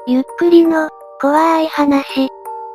ゆっくりの、怖い話。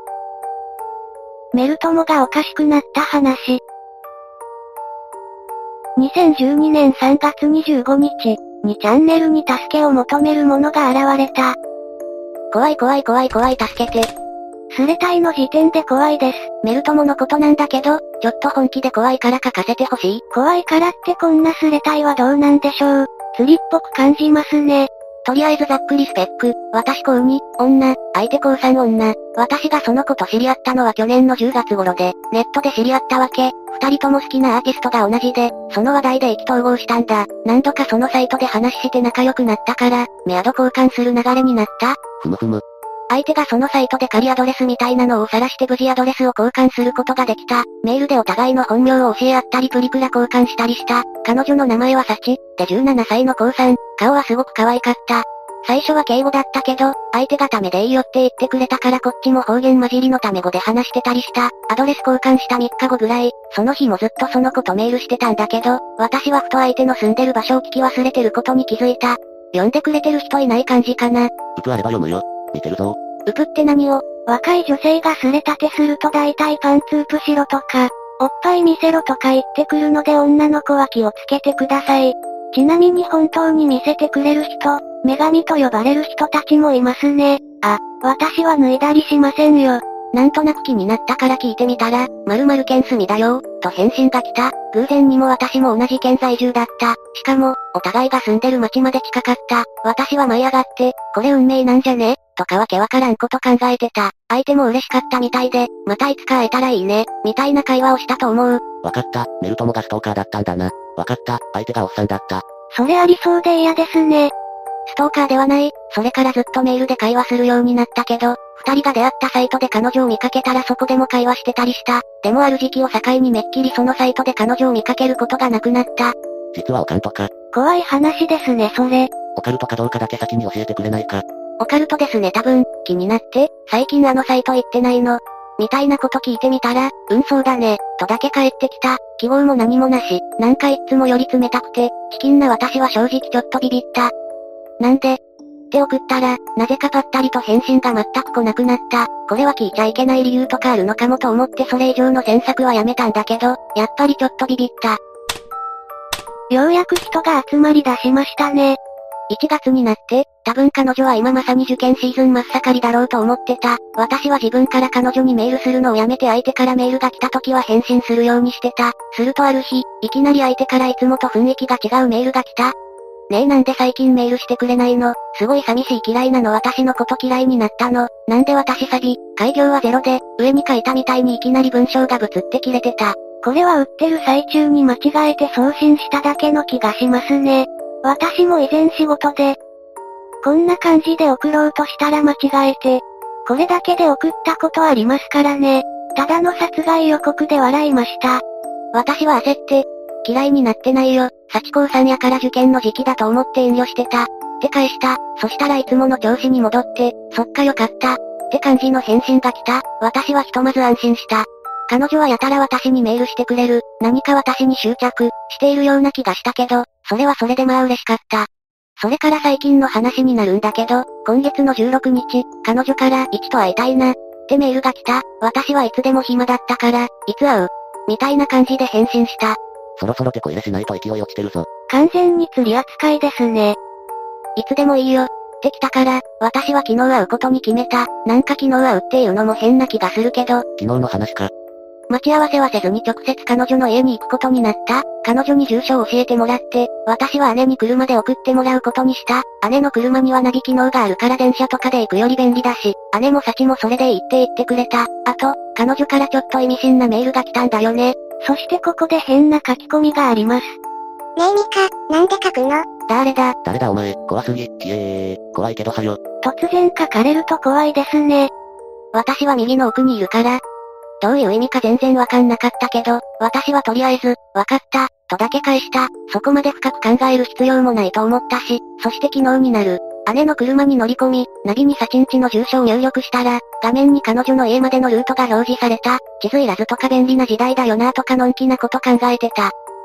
メル友がおかしくなった話。2012年3月25日にチャンネルに助けを求める者が現れた。 怖い、助けて。 スレタイの時点で怖いです。 メル友のことなんだけど、ちょっと本気で怖いから書かせてほしい。 怖いからってこんなスレタイはどうなんでしょう。釣りっぽく感じますね。 とりあえずざっくりスペック。私高2、女、相手高3女。私がその子と知り合ったのは去年の10月頃で、ネットで知り合ったわけ。二人とも好きなアーティストが同じで、その話題で意気投合したんだ。何度かそのサイトで話して仲良くなったから、メアド交換する流れになった。 ふむふむ。 相手がそのサイトで仮アドレスみたいなのを晒して無事アドレスを交換することができた。メールでお互いの本名を教え合ったりプリクラ交換したりした。彼女の名前はサチ、で17歳の高3、顔はすごく可愛かった。最初は敬語だったけど、相手がためでいいよって言ってくれたからこっちも方言混じりのタメ語で話してたりした。アドレス交換した3日後ぐらい、その日もずっとその子とメールしてたんだけど、私はふと相手の住んでる場所を聞き忘れてることに気づいた。読んでくれてる人いない感じかな。 ウプあれば読むよ。見てるぞ。 ウプって何を？ 若い女性がスレ立てすると大体パンツープしろとか、おっぱい見せろとか言ってくるので女の子は気をつけてください。ちなみに本当に見せてくれる人、女神と呼ばれる人たちもいますね。あ、私は脱いだりしませんよ。 なんとなく気になったから聞いてみたら、〇〇県住みだよ、と返信が来た。偶然にも私も同じ県在住だった。しかも、お互いが住んでる町まで近かった。私は舞い上がって、これ運命なんじゃねとかわけわからんこと考えてた。相手も嬉しかったみたいで、またいつか会えたらいいね、みたいな会話をしたと思う。 わかった、メル友がストーカーだったんだな。わかった、相手がおっさんだった。 それありそうで嫌ですね。 ストーカーではない。それからずっとメールで会話するようになったけど、二人が出会ったサイトで彼女を見かけたらそこでも会話してたりした。でもある時期を境にめっきりそのサイトで彼女を見かけることがなくなった。 実はオカルトか。 怖い話ですねそれ。 オカルトかどうかだけ先に教えてくれないか。 オカルトですね多分、気になって、最近あのサイト行ってないの。みたいなこと聞いてみたら、そうだね、とだけ返ってきた。記号も何もなし、なんかいっつもより冷たくて、チキンな私は正直ちょっとビビった。なんでって送ったら、なぜかぱったりと返信が全く来なくなった。これは聞いちゃいけない理由とかあるのかもと思ってそれ以上の詮索はやめたんだけど、やっぱりちょっとビビった。 ようやく人が集まり出しましたね。 1月になって、多分彼女は今まさに受験シーズン真っ盛りだろうと思ってた。私は自分から彼女にメールするのをやめて相手からメールが来た時は返信するようにしてた。するとある日、いきなり相手からいつもと雰囲気が違うメールが来た。ねえなんで最近メールしてくれないの？すごい寂しい嫌いなの私のこと嫌いになったの？なんで私サビ、開業はゼロで、上に書いたみたいにいきなり文章がブツって切れてた。 これは売ってる最中に間違えて送信しただけの気がしますね。私も以前仕事で、こんな感じで送ろうとしたら間違えて、これだけで送ったことありますからね。ただの殺害予告で笑いました。 私は焦って、嫌いになってないよ。幸高さんやから受験の時期だと思って遠慮してた。って返した。そしたらいつもの調子に戻って、そっかよかった。って感じの返信が来た。私はひとまず安心した。彼女はやたら私にメールしてくれる。何か私に執着しているような気がしたけど、それはそれでまあ嬉しかった。それから最近の話になるんだけど、今月の16日、彼女から一と会いたいな、ってメールが来た。私はいつでも暇だったから、いつ会うみたいな感じで返信した。 そろそろ手こ入れしないと勢い落ちてるぞ。 完全に釣り扱いですね。 いつでもいいよ。ってきたから、私は昨日会うことに決めた。なんか昨日会うっていうのも変な気がするけど。 昨日の話か。 待ち合わせはせずに直接彼女の家に行くことになった。彼女に住所を教えてもらって、私は姉に車で送ってもらうことにした。姉の車にはナビ機能があるから電車とかで行くより便利だし、姉も幸もそれでいいって言ってくれた。あと、彼女からちょっと意味深なメールが来たんだよね。 そしてここで変な書き込みがあります。 ねえミカ、なんで書くの？ 誰だお前、怖すぎ、怖いけどはよ。 突然書かれると怖いですね。 私は右の奥にいるから、どういう意味か全然わかんなかったけど、私はとりあえず、わかった、とだけ返した。そこまで深く考える必要もないと思ったし、そして昨日になる。姉の車に乗り込み、ナビにサチンチの住所を入力したら、画面に彼女の家までのルートが表示された。地図いらずとか便利な時代だよなとかのんきなこと考えてた。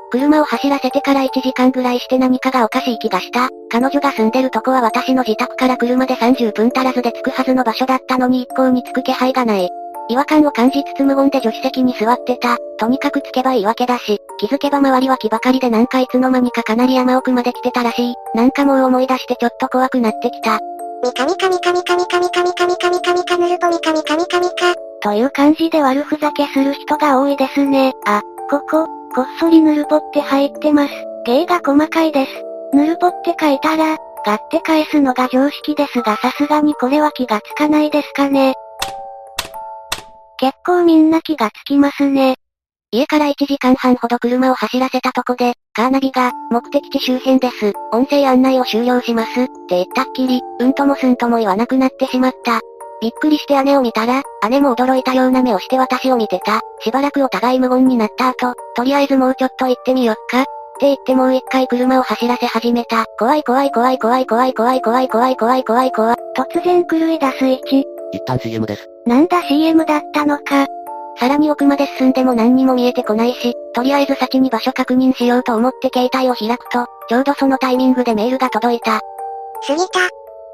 車を走らせてから1時間ぐらいして何かがおかしい気がした。彼女が住んでるとこは私の自宅から車で30分足らずで着くはずの場所だったのに一向に着く気配がない。違和感を感じつつ無言で助手席に座ってた。とにかく着けばいいわけだし、気づけば周りは木ばかりでなんかいつの間にかかなり山奥まで来てたらしい。なんかもう思い出してちょっと怖くなってきた。 ミカミカミカミカミカミカミカミカミカミカヌルポミカミカミカミカ。 という感じで悪ふざけする人が多いですね。あ、こっそりヌルポって入ってます。芸が細かいです。ヌルポって書いたら、ガって返すのが常識ですがさすがにこれは気がつかないですかね。結構みんな気がつきますね。 家から1時間半ほど車を走らせたとこで、カーナビが、目的地周辺です。音声案内を終了します。って言ったっきり、うんともすんとも言わなくなってしまった。びっくりして姉を見たら、姉も驚いたような目をして私を見てた。しばらくお互い無言になった後、とりあえずもうちょっと行ってみよっか。って言ってもう一回車を走らせ始めた。怖い怖い怖い怖い怖い怖い怖い怖い怖い怖い怖い。 突然狂い出す位置。 一旦 CM です。 なんだ CM だったのか。 さらに奥まで進んでも何にも見えてこないし、とりあえず先に場所確認しようと思って携帯を開くと、ちょうどそのタイミングでメールが届いた。 過ぎた。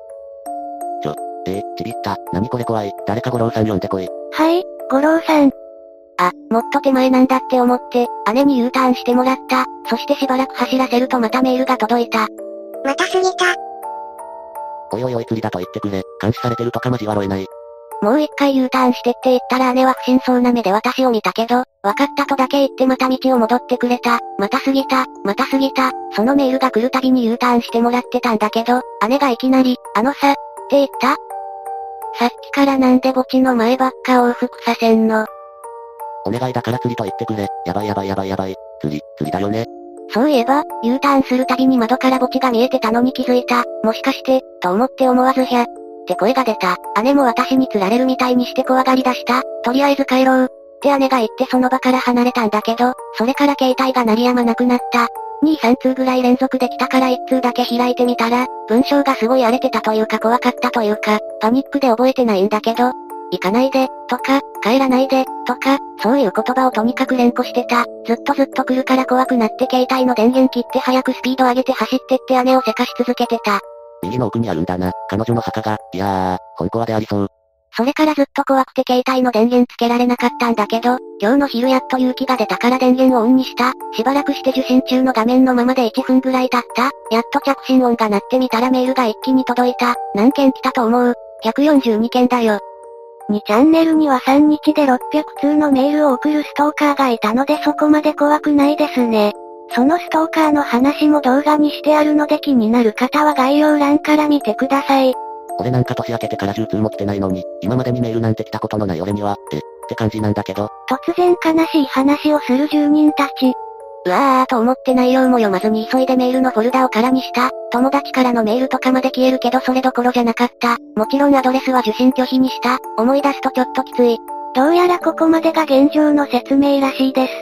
ちびった。何これ怖い。誰か五郎さん呼んでこい。 はい、五郎さん。 あ、もっと手前なんだって思って、姉に U ターンしてもらった。そしてしばらく走らせるとまたメールが届いた。 また過ぎた。 おいおいおい釣りだと言ってくれ。監視されてるとか交わろえない。 もう一回 U ターンしてって言ったら姉は不審そうな目で私を見たけど、分かったとだけ言ってまた道を戻ってくれた。また過ぎた、また過ぎた。そのメールが来るたびに U ターンしてもらってたんだけど、姉がいきなり、って言った？さっきからなんで墓地の前ばっか往復させんの？ お願いだから釣りと言ってくれ。やばいやばいやばいやばい。釣りだよね。 そういえば、U ターンするたびに窓から墓地が見えてたのに気づいた。もしかして、と思って思わずって声が出た。姉も私に釣られるみたいにして怖がり出した。とりあえず帰ろう。って姉が言ってその場から離れたんだけど、それから携帯が鳴りやまなくなった。2、3通ぐらい連続できたから1通だけ開いてみたら、文章がすごい荒れてたというか怖かったというか、パニックで覚えてないんだけど、行かないで、とか、帰らないで、とか、そういう言葉をとにかく連呼してた。ずっと来るから怖くなって携帯の電源切って早くスピード上げて走ってって姉をせかし続けてた。 右の奥にあるんだな。彼女の墓が、いやー、本コアでありそう。 それからずっと怖くて携帯の電源つけられなかったんだけど、今日の昼やっと勇気が出たから電源をオンにした。しばらくして受信中の画面のままで1分ぐらい経った。やっと着信音が鳴ってみたらメールが一気に届いた。何件来たと思う？ 142 件だよ。 2チャンネルには3日で600通のメールを送るストーカーがいたのでそこまで怖くないですね。そのストーカーの話も動画にしてあるので気になる方は概要欄から見てください。 俺なんか年明けてから10通も来てないのに、今までにメールなんて来たことのない俺には、って感じなんだけど。 突然悲しい話をする住人たち。 うわーと思って内容も読まずに急いでメールのフォルダを空にした。友達からのメールとかまで消えるけどそれどころじゃなかった。もちろんアドレスは受信拒否にした。思い出すとちょっときつい。 どうやらここまでが現状の説明らしいです。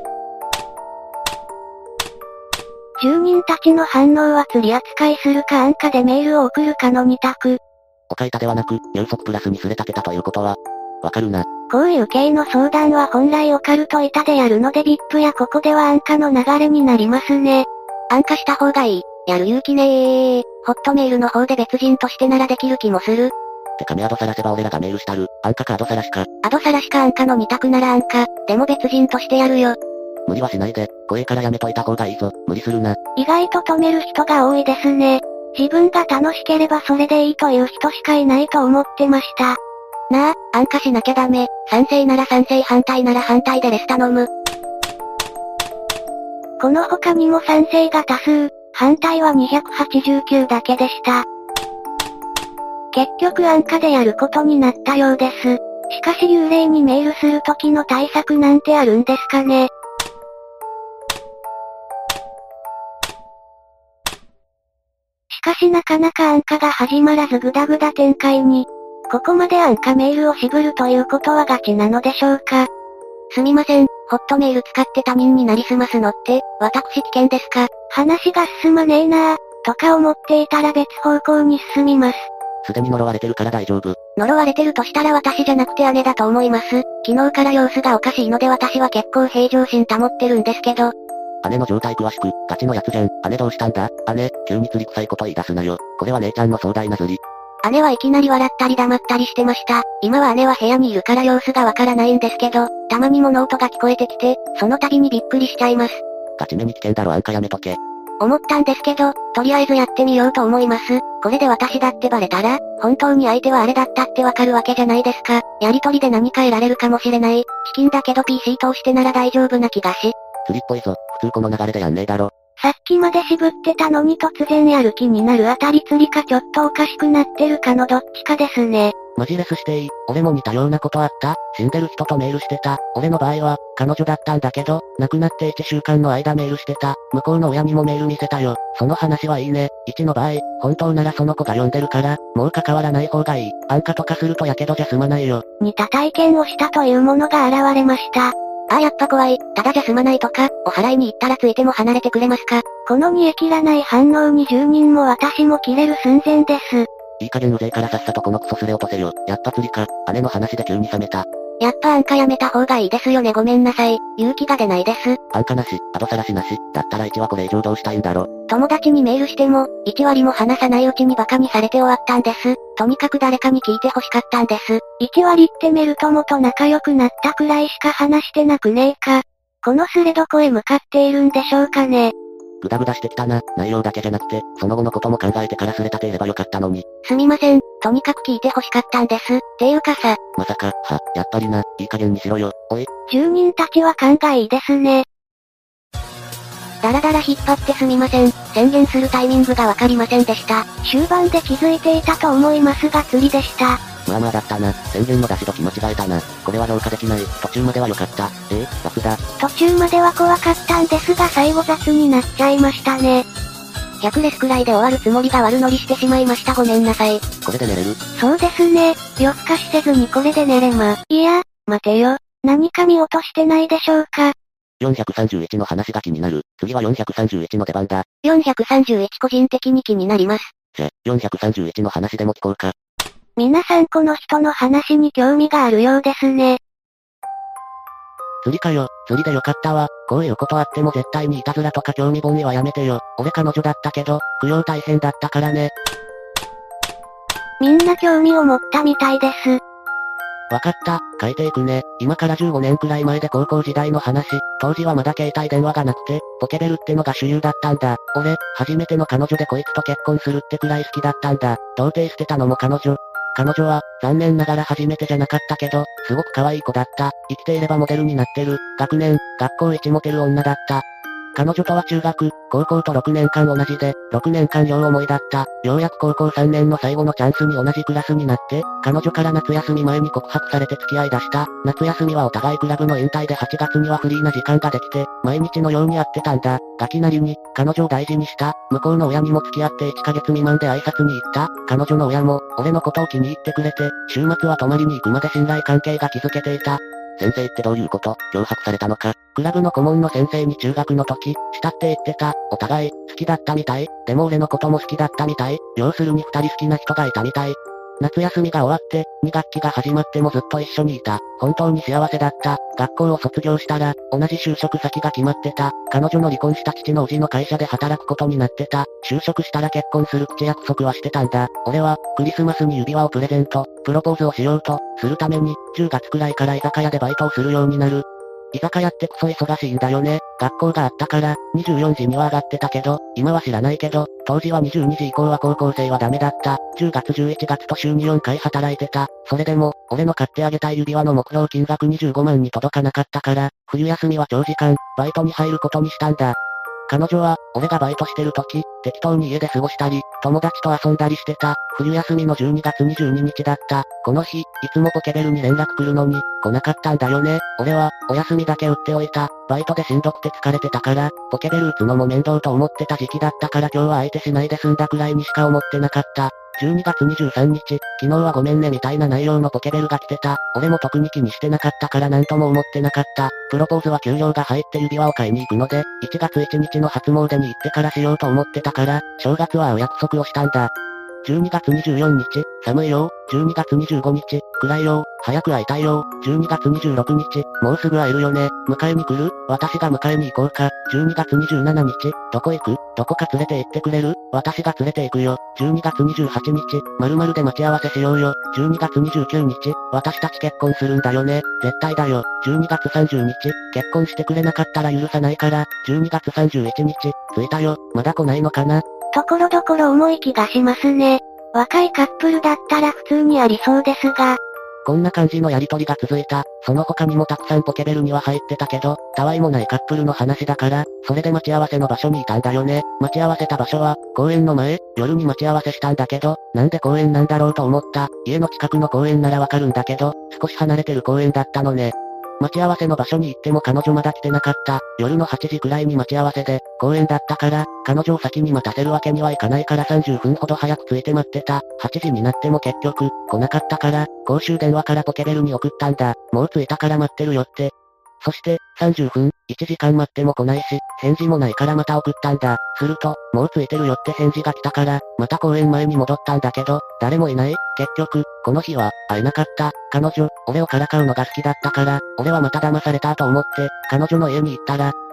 住人たちの反応は釣り扱いするか安価でメールを送るかの2択。 お買い立てはなく、入足プラスにすれ立てたということは、わかるな。 こういう系の相談は本来オカルト板でやるので VIP やここでは安価の流れになりますね。 安価した方がいい。やる勇気ねー。ホットメールの方で別人としてならできる気もする。 てかメアドさらせば俺らがメールしたる。安価かアドさらしか。 アドさらしか安価の2択なら安価。でも別人としてやるよ。 無理はしないで。怖いからやめといた方がいいぞ。無理するな。 意外と止める人が多いですね。自分が楽しければそれでいいという人しかいないと思ってました。 なあ、安価しなきゃダメ。賛成なら賛成反対なら反対でレス頼む。 この他にも賛成が多数、反対は289だけでした。結局安価でやることになったようです。しかし幽霊にメールする時の対策なんてあるんですかね。しかしなかなか安価が始まらずグダグダ展開に。ここまで安価メールを渋るということはガチなのでしょうか。 すみません、ホットメール使って他人になりすますのって、私危険ですか？ 話が進まねえなぁ、とか思っていたら別方向に進みます。 すでに呪われてるから大丈夫。 呪われてるとしたら私じゃなくて姉だと思います。昨日から様子がおかしいので私は結構平常心保ってるんですけど。 姉の状態詳しく、ガチのやつじゃん。姉どうしたんだ？姉、急に釣り臭いこと言い出すなよ。これは姉ちゃんの壮大な釣り。 姉はいきなり笑ったり黙ったりしてました。今は姉は部屋にいるから様子がわからないんですけど、たまに物音が聞こえてきて、その度にびっくりしちゃいます。 ガチめに危険だろ、あんかやめとけ。 思ったんですけど、とりあえずやってみようと思います。これで私だってバレたら、本当に相手はあれだったってわかるわけじゃないですか。やりとりで何か得られるかもしれない。チキンだけど PC 通してなら大丈夫な気がし。 釣りっぽいぞ。普通この流れでやんねえだろ。 さっきまで渋ってたのに突然やる気になるあたり釣りかちょっとおかしくなってるかのどっちかですね。 マジレスしていい？俺も似たようなことあった？死んでる人とメールしてた。俺の場合は、彼女だったんだけど、亡くなって1週間の間メールしてた。向こうの親にもメール見せたよ。その話はいいね。1の場合、本当ならその子が読んでるから、もう関わらない方がいい。安価とかするとやけどじゃ済まないよ。 似た体験をしたというものが現れました。 ああやっぱ怖い。ただじゃ済まないとか、お祓いに行ったらついても離れてくれますか？ この煮え切らない反応に住人も私も切れる寸前です。 いい加減うぜえからさっさとこのクソスレ落とせよ。やっぱ釣りか。姉の話で急に冷めた。 やっぱ安価やめた方がいいですよね。ごめんなさい。勇気が出ないです。 安価なし、アドさらしなし。だったら1はこれ以上どうしたいんだろ。 友達にメールしても、1割も話さないうちにバカにされて終わったんです。とにかく誰かに聞いて欲しかったんです。 1割ってメル友と仲良くなったくらいしか話してなくねえか。このスレどこへ向かっているんでしょうかね。 グダグダしてきたな。内容だけじゃなくて、その後のことも考えてからすれ立てればよかったのに。 すみません。とにかく聞いて欲しかったんです。っていうかさ。 まさか、やっぱりな。いい加減にしろよ。おい。 住人たちは勘がいいですね。 だらだら引っ張ってすみません。宣言するタイミングがわかりませんでした。 終盤で気づいていたと思いますが釣りでした。 まあだったな。宣言の出し時間違えたな。これは評価できない。途中までは良かった。雑だ。 途中までは怖かったんですが最後雑になっちゃいましたね。 100レスくらいで終わるつもりが悪乗りしてしまいました。ごめんなさい。 これで寝れる？ そうですね。夜更かしせずにこれで寝れま。いや、待てよ。何か見落としてないでしょうか。 431の話が気になる。次は431の出番だ。 431個人的に気になります。 じゃ、431の話でも聞こうか。 皆さんこの人の話に興味があるようですね。 釣りかよ。釣りでよかったわ。こういうことあっても絶対にいたずらとか興味本位はやめてよ。俺彼女だったけど、供養大変だったからね。 みんな興味を持ったみたいです。 わかった、書いていくね。今から15年くらい前で高校時代の話。当時はまだ携帯電話がなくて、ポケベルってのが主流だったんだ。俺、初めての彼女でこいつと結婚するってくらい好きだったんだ。童貞捨てたのも彼女。彼女は、残念ながら初めてじゃなかったけど、すごく可愛い子だった。生きていればモデルになってる。学年、学校一モテる女だった。彼女とは中学、高校と6年間同じで、6年間両思いだった。ようやく高校3年の最後のチャンスに同じクラスになって、彼女から夏休み前に告白されて付き合い出した。夏休みはお互いクラブの引退で8月にはフリーな時間ができて、毎日のように会ってたんだ。ガキなりに、彼女を大事にした。向こうの親にも付き合って1ヶ月未満で挨拶に行った。彼女の親も、俺のことを気に入ってくれて、週末は泊まりに行くまで信頼関係が築けていた。先生ってどういうこと？脅迫されたのか？クラブの顧問の先生に中学の時、したって言ってた。お互い、好きだったみたい。でも俺のことも好きだったみたい。要するに2人好きな人がいたみたい。夏休みが終わって、2学期が始まってもずっと一緒にいた。本当に幸せだった。学校を卒業したら、同じ就職先が決まってた。彼女の離婚した父の叔父の会社で働くことになってた。就職したら結婚する口約束はしてたんだ。俺は、クリスマスに指輪をプレゼント、プロポーズをしようと、するために、10月くらいから居酒屋でバイトをするようになる。居酒屋ってクソ忙しいんだよね。学校があったから、24時には上がってたけど、今は知らないけど、当時は22時以降は高校生はダメだった。10月11月と週に4回働いてた。それでも、俺の買ってあげたい指輪の目標金額25万に届かなかったから、冬休みは長時間、バイトに入ることにしたんだ。彼女は、俺がバイトしてる時、適当に家で過ごしたり、友達と遊んだりしてた。冬休みの12月22日だった。この日、いつもポケベルに連絡来るのに、来なかったんだよね。俺は、お休みだけ打っておいた。バイトでしんどくて疲れてたから、ポケベル打つのも面倒と思ってた時期だったから今日は相手しないで済んだくらいにしか思ってなかった。12月23日、昨日はごめんねみたいな内容のポケベルが来てた。俺も特に気にしてなかったからなんとも思ってなかった。プロポーズは給料が入って指輪を買いに行くので、1月1日の初詣に行ってからしようと思ってたから、正月は会う約束をしたんだ。 12月24日、寒いよ。12月25日、暗いよ。早く会いたいよ。12月26日、もうすぐ会えるよね。迎えに来る？私が迎えに行こうか。12月27日、どこ行く？どこか連れて行ってくれる？私が連れて行くよ。12月28日、〇〇で待ち合わせしようよ。12月29日、私たち結婚するんだよね。絶対だよ。12月30日、結婚してくれなかったら許さないから。12月31日、着いたよ。まだ来ないのかな？ ところどころ重い気がしますね。若いカップルだったら普通にありそうですが。 こんな感じのやりとりが続いた。その他にもたくさんポケベルには入ってたけど、たわいもないカップルの話だから、それで待ち合わせの場所にいたんだよね。待ち合わせた場所は、公園の前、夜に待ち合わせしたんだけど、なんで公園なんだろうと思った。家の近くの公園ならわかるんだけど、少し離れてる公園だったのね。待ち合わせの場所に行っても彼女まだ来てなかった。夜の8時くらいに待ち合わせで、公園だったから、彼女を先に待たせるわけにはいかないから30分ほど早く着いて待ってた。8時になっても結局、来なかったから、公衆電話からポケベルに送ったんだ。もう着いたから待ってるよって。そして、30分、1時間待っても来ないし、返事もないからまた送ったんだ。すると、もう着いてるよって返事が来たから、また公園前に戻ったんだけど、誰もいない。結局、この日は、会えなかった。彼女、俺をからかうのが好きだったから、俺はまた騙されたと思って、彼女の家に行ったら、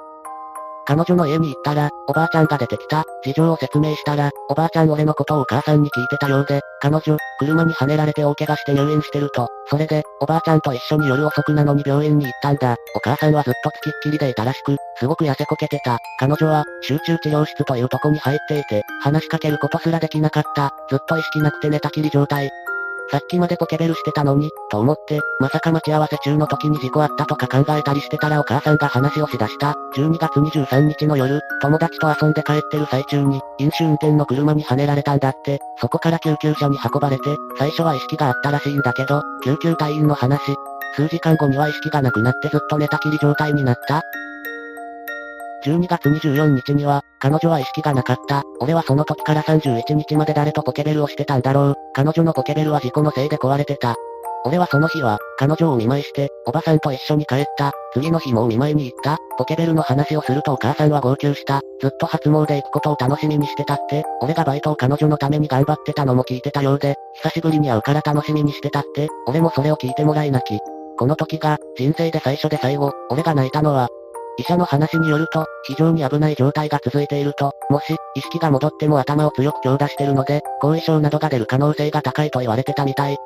おばあちゃんが出てきた。事情を説明したら、おばあちゃん俺のことをお母さんに聞いてたようで、彼女、車にはねられて大怪我して入院してると。それで、おばあちゃんと一緒に夜遅くなのに病院に行ったんだ。お母さんはずっと付きっきりでいたらしく、すごく痩せこけてた。彼女は、集中治療室というとこに入っていて、話しかけることすらできなかった。ずっと意識なくて寝たきり状態。さっきまでポケベルしてたのに、と思って、まさか待ち合わせ中の時に事故あったとか考えたりしてたらお母さんが話をしだした。12月23日の夜、友達と遊んで帰ってる最中に、飲酒運転の車にはねられたんだって。そこから救急車に運ばれて、最初は意識があったらしいんだけど、救急隊員の話。数時間後には意識がなくなってずっと寝たきり状態になった。12月24日には、彼女は意識がなかった。俺はその時から31日まで誰とポケベルをしてたんだろう。彼女のポケベルは事故のせいで壊れてた。俺はその日は、彼女をお見舞いして、おばさんと一緒に帰った。次の日もお見舞いに行った。ポケベルの話をするとお母さんは号泣した。ずっと初詣行くことを楽しみにしてたって。俺がバイトを彼女のために頑張ってたのも聞いてたようで、久しぶりに会うから楽しみにしてたって。俺もそれを聞いてもらい泣き。この時が、人生で最初で最後、俺が泣いたのは、医者の話によると、非常に危ない状態が続いていると、もし、意識が戻っても頭を強く強打してるので、後遺症などが出る可能性が高いと言われてたみたい。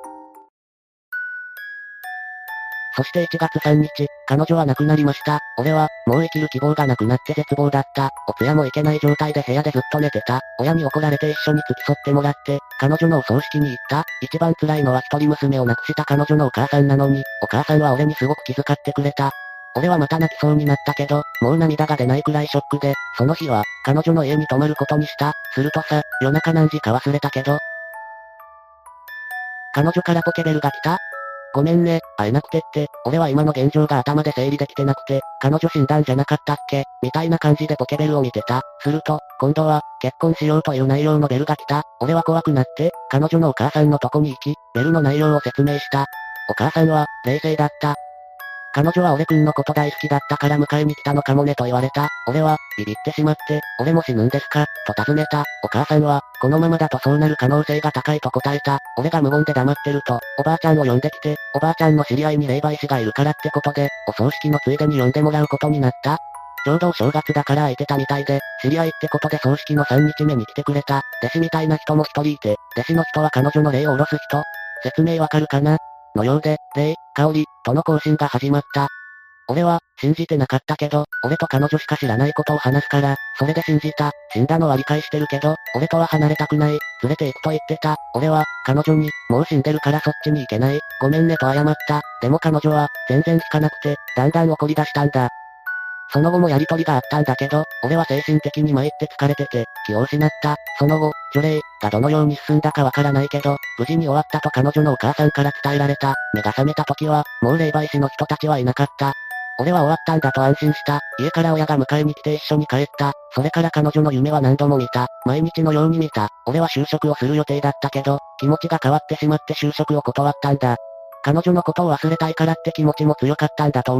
そして1月3日、彼女は亡くなりました。俺は、もう生きる希望がなくなって絶望だった。お通夜も行けない状態で部屋でずっと寝てた。親に怒られて一緒に付き添ってもらって、彼女のお葬式に行った。一番辛いのは一人娘を亡くした彼女のお母さんなのに、お母さんは俺にすごく気遣ってくれた。俺はまた泣きそうになったけど、もう涙が出ないくらいショックで、その日は、彼女の家に泊まることにした。するとさ、夜中何時か忘れたけど、彼女からポケベルが来た。ごめんね、会えなくてって、俺は今の現状が頭で整理できてなくて、彼女死んだんじゃなかったっけみたいな感じでポケベルを見てた。すると、今度は、結婚しようという内容のベルが来た。俺は怖くなって、彼女のお母さんのとこに行き、ベルの内容を説明した。お母さんは、冷静だった。彼女は俺くんのこと大好きだったから迎えに来たのかもねと言われた。俺は、ビビってしまって、俺も死ぬんですかと尋ねた。お母さんは、このままだとそうなる可能性が高いと答えた。俺が無言で黙ってると、おばあちゃんを呼んできて、おばあちゃんの知り合いに霊媒師がいるからってことで、お葬式のついでに呼んでもらうことになった。ちょうどお正月だから空いてたみたいで、知り合いってことで葬式の3日目に来てくれた。弟子みたいな人も一人いて、弟子の人は彼女の霊を下ろす人。説明わかるかなのようで、霊、香り、との交信が始まった。俺は、信じてなかったけど、俺と彼女しか知らないことを話すから、それで信じた。死んだのは理解してるけど、俺とは離れたくない。連れて行くと言ってた。俺は、彼女に、もう死んでるからそっちに行けない。ごめんねと謝った。でも彼女は、全然聞かなくて、だんだん怒り出したんだ。その後もやりとりがあったんだけど、俺は精神的に参って疲れてて、気を失った。その後、除霊がどのように進んだかわからないけど、無事に終わったと彼女のお母さんから伝えられた。目が覚めた時は、もう霊媒師の人たちはいなかった。俺は終わったんだと安心した。家から親が迎えに来て一緒に帰った。それから彼女の夢は何度も見た。毎日のように見た。俺は就職をする予定だったけど、気持ちが変わってしまって就職を断ったんだ。彼女のことを忘れたいからって気持ちも強かったんだと思う。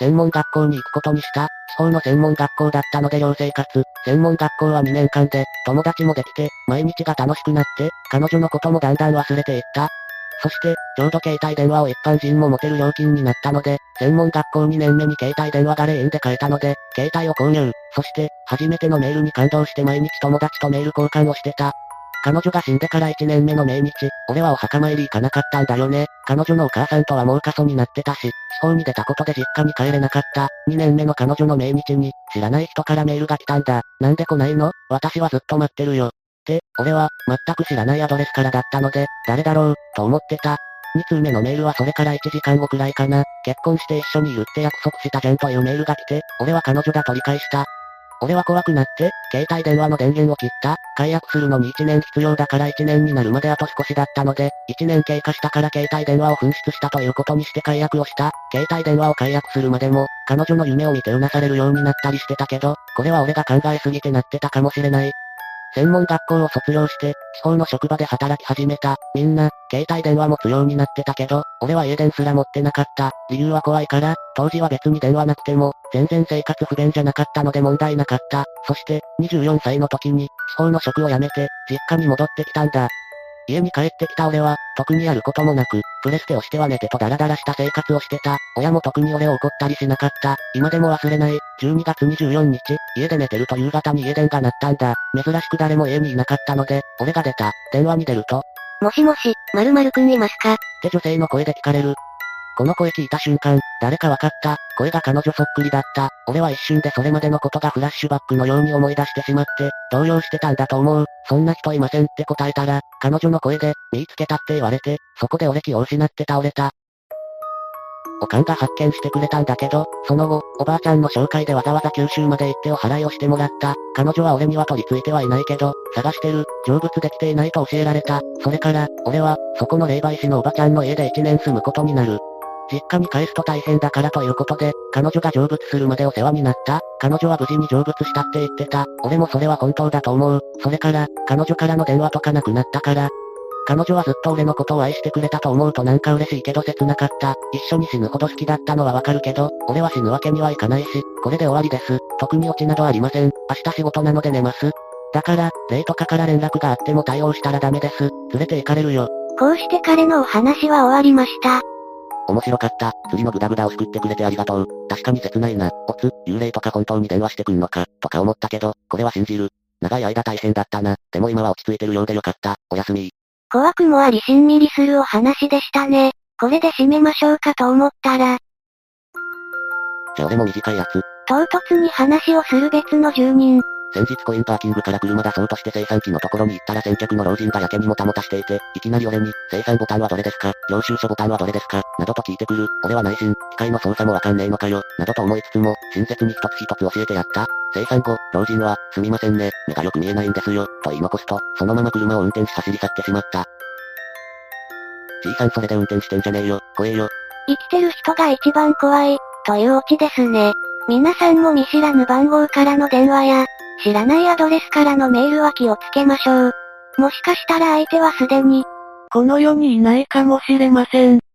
専門学校に行くことにした。地方の専門学校だったので寮生活、専門学校は2年間で、友達もできて、毎日が楽しくなって、彼女のこともだんだん忘れていった。そして、ちょうど携帯電話を一般人も持てる料金になったので、専門学校2年目に携帯電話が0円で買えたので、携帯を購入。そして、初めてのメールに感動して毎日友達とメール交換をしてた。彼女が死んでから1年目の命日、俺はお墓参り行かなかったんだよね。彼女のお母さんとはもう過疎になってたし、地方に出たことで実家に帰れなかった。2年目の彼女の命日に、知らない人からメールが来たんだ。なんで来ないの？私はずっと待ってるよ。って、俺は、全く知らないアドレスからだったので、誰だろう、と思ってた。2通目のメールはそれから1時間後くらいかな。結婚して一緒にいるって約束したじゃんというメールが来て、俺は彼女だと理解した。俺は怖くなって、携帯電話の電源を切った。解約するのに1年必要だから1年になるまであと少しだったので、1年経過したから携帯電話を紛失したということにして解約をした。携帯電話を解約するまでも、彼女の夢を見てうなされるようになったりしてたけど、これは俺が考えすぎてなってたかもしれない。専門学校を卒業して、地方の職場で働き始めた。みんな、携帯電話持つようになってたけど、俺は家電すら持ってなかった。理由は怖いから、当時は別に電話なくても、全然生活不便じゃなかったので問題なかった。そして、24歳の時に、地方の職を辞めて、実家に戻ってきたんだ。家に帰ってきた俺は、特にやることもなく、プレステをしては寝てとダラダラした生活をしてた。親も特に俺を怒ったりしなかった。今でも忘れない。12月24日、家で寝てると夕方に家電が鳴ったんだ。珍しく誰も家にいなかったので、俺が出た。電話に出ると、 もしもし、〇〇くんいますか？ って女性の声で聞かれる。この声聞いた瞬間、誰かわかった。声が彼女そっくりだった。俺は一瞬でそれまでのことがフラッシュバックのように思い出してしまって、動揺してたんだと思う。そんな人いませんって答えたら、彼女の声で、見つけたって言われて、そこで俺気を失って倒れた。おかんが発見してくれたんだけど、その後、おばあちゃんの紹介でわざわざ九州まで行ってお祓いをしてもらった。彼女は俺には取り付いてはいないけど、探してる、成仏できていないと教えられた。それから、俺は、そこの霊媒師のおばちゃんの家で1年住むことになる。実家に帰すと大変だからということで、彼女が成仏するまでお世話になった。彼女は無事に成仏したって言ってた。俺もそれは本当だと思う。それから、彼女からの電話とかなくなったから、彼女はずっと俺のことを愛してくれたと思うとなんか嬉しいけど切なかった。一緒に死ぬほど好きだったのはわかるけど、俺は死ぬわけにはいかないし、これで終わりです。特にオチなどありません。明日仕事なので寝ます。だから、霊とかから連絡があっても対応したらダメです。連れて行かれるよ。 こうして彼のお話は終わりました。 面白かった。釣りのグダグダを救ってくれてありがとう。確かに切ないな。幽霊とか本当に電話してくんのか、とか思ったけど、これは信じる。長い間大変だったな。でも今は落ち着いてるようでよかった。おやすみ。 怖くもありしんみりするお話でしたね。これで締めましょうかと思ったら。 じゃあ俺も短いやつ。 唐突に話をする別の住人。 先日コインパーキングから車出そうとして精算機のところに行ったら先客の老人がやけにもたもたしていて、いきなり俺に、精算ボタンはどれですか？領収書ボタンはどれですか？などと聞いてくる。俺は内心、機械の操作もわかんねえのかよ、などと思いつつも、親切に一つ一つ教えてやった。精算後、老人は、すみませんね、目がよく見えないんですよ、と言い残すと、そのまま車を運転し走り去ってしまった。じいさんそれで運転してんじゃねえよ、怖えよ。 生きてる人が一番怖い、というオチですね。皆さんも見知らぬ番号からの電話や、知らないアドレスからのメールは気をつけましょう。もしかしたら相手はすでに、 この世にいないかもしれません。